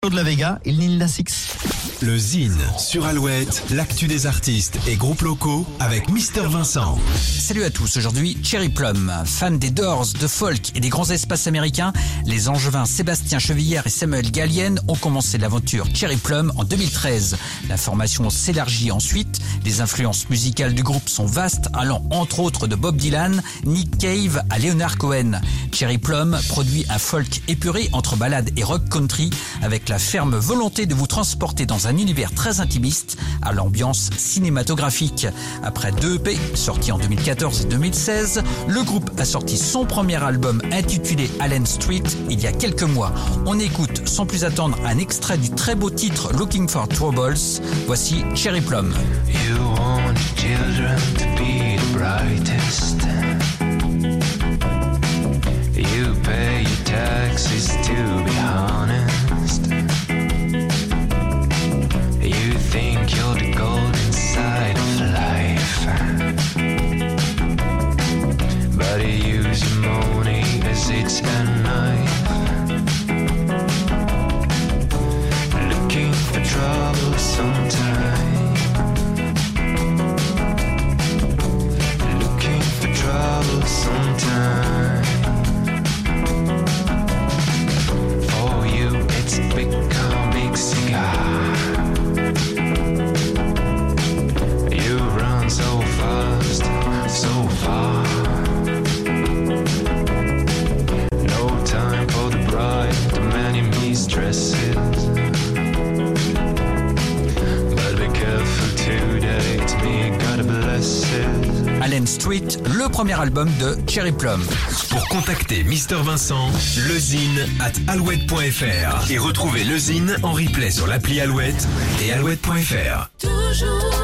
de la Vega et Lil Nas X. Le Zine sur Alouette, l'actu des artistes et groupes locaux avec Mister Vincent. Salut à tous, aujourd'hui Cherry Plum. Fans des Doors, de folk et des grands espaces américains, les Angevins Sébastien Chevillère et Samuel Gallienne ont commencé l'aventure Cherry Plum en 2013. La formation s'élargit ensuite, les influences musicales du groupe sont vastes, allant entre autres de Bob Dylan, Nick Cave à Leonard Cohen. Cherry Plum produit un folk épuré entre ballade et rock country, avec la ferme volonté de vous transporter dans un univers très intimiste à l'ambiance cinématographique. Après 2 EP sortis en 2014 et 2016, le groupe a sorti son premier album intitulé Allen Street il y a quelques mois. On écoute sans plus attendre un extrait du très beau titre Looking for Troubles. Voici Cherry Plum. You want children to be the brightest. You pay your taxes to be honest. You think you're the golden side of life, but you use your money as it's a knife. Looking for trouble sometimes. Looking for trouble sometimes. For you it's a big big cigar. You run so fast, so far. No time for the bride, the many mistresses. But be careful today, it's me, God bless it. Allen Street, le premier album de Cherry Plum. Pour contacter Mister Vincent, lezine@alouette.fr et retrouver le Zine en replay sur l'appli Alouette et alouette.fr. Toujours